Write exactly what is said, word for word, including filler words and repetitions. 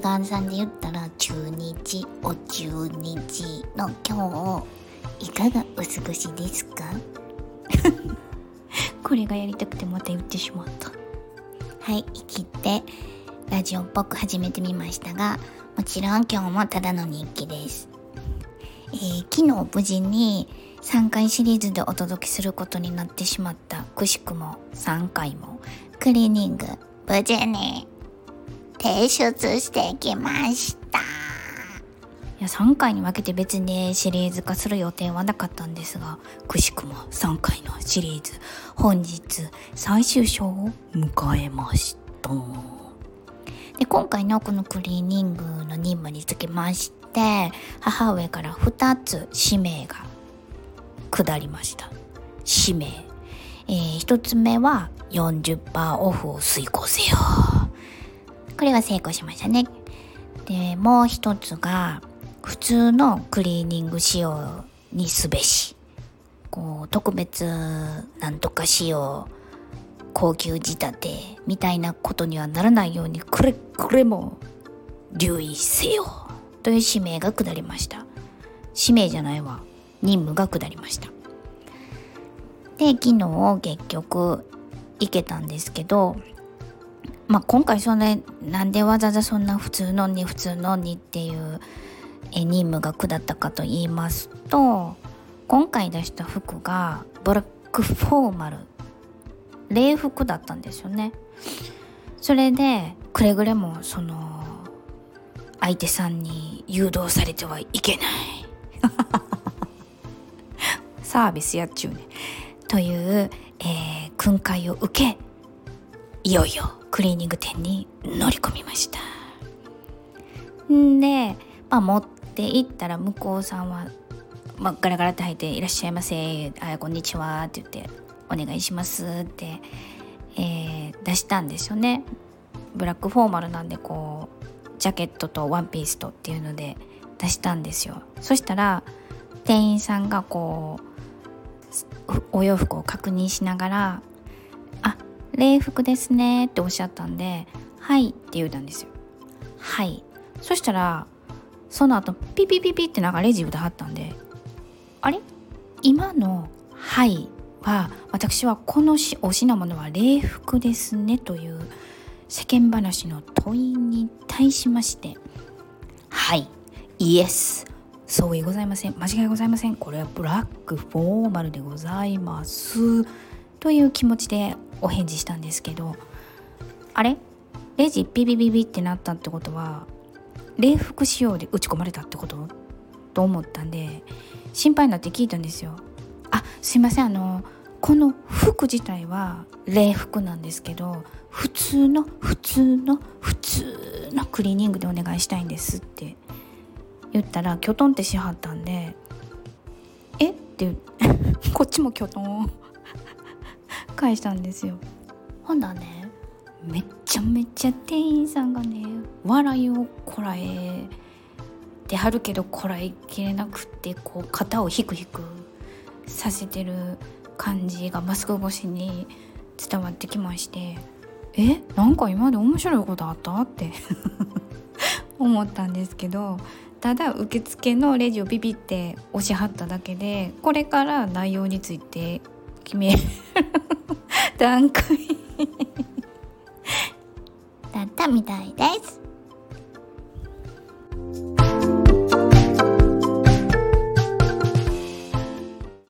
換算で言ったら中日お中日の今日いかがお過ごしですかこれがやりたくてまた言ってしまった。はい、生きてラジオっぽく始めてみましたが、もちろん今日もただの日記です。えー、昨日無事にさんかいシリーズでお届けすることになってしまった、くしくもさんかいもクリーニング無事に提出してきました。いやさんかいに分けて別にシリーズ化する予定はなかったんですが、くしくもさんかいのシリーズ本日最終章を迎えました。で今回のこのクリーニングの任務につきまして母上からふたつ使命が下りました。使命、えー、ひとつめは よんじゅっパーセント オフを遂行せよ。これは成功しましたね。でもう一つが普通のクリーニング仕様にすべし、こう特別なんとか仕様高級仕立てみたいなことにはならないようにこれこれも留意せよという使命が下りました。使命じゃないわ、任務が下りました。で昨日結局行けたんですけど、まあ今回それなんでわざわざそんな普通のに普通のにっていうえ任務が下ったかと言いますと、今回出した服がブラックフォーマル礼服だったんですよね。それでくれぐれもその相手さんに誘導されてはいけないサービスやっちゅうねという、えー、訓戒を受け、いよいよクリーニング店に乗り込みました。んで、まあ、持って行ったら向こうさんは、まあ、ガラガラって入っていらっしゃいませ、あこんにちはって言ってお願いしますって、えー、出したんですよね。ブラックフォーマルなんでこうジャケットとワンピースとっていうので出したんですよ。そしたら店員さんがこうお洋服を確認しながら、あ、礼服ですねっておっしゃったんで、はいって言うたんですよ。はい。そしたらその後ピピピピってなんかレジ歌はったんで、あれ今のはいは私はこのしお品物は礼服ですねという世間話の問いに対しまして、はいイエスそういございません、間違いございません、これはブラックフォーマルでございますという気持ちでお返事したんですけど、あれレジビビビビってなったってことは礼服仕様で打ち込まれたってことと思ったんで心配になって聞いたんですよ。あ、すいません、あのこの服自体は礼服なんですけど普通の普通の普通のクリーニングでお願いしたいんですって言ったらキョトンってしはったんで、えってこっちもキョトン返したんですよ。ほんだね、めちゃめちゃ店員さんがね笑いをこらえてはるけどこらえきれなくってこう肩をヒクヒクさせてる感じがマスク越しに伝わってきまして、えなんか今まで面白いことあったって思ったんですけど、ただ受付のレジをピピって押しはっただけでこれから内容について決める段階だったみたいです。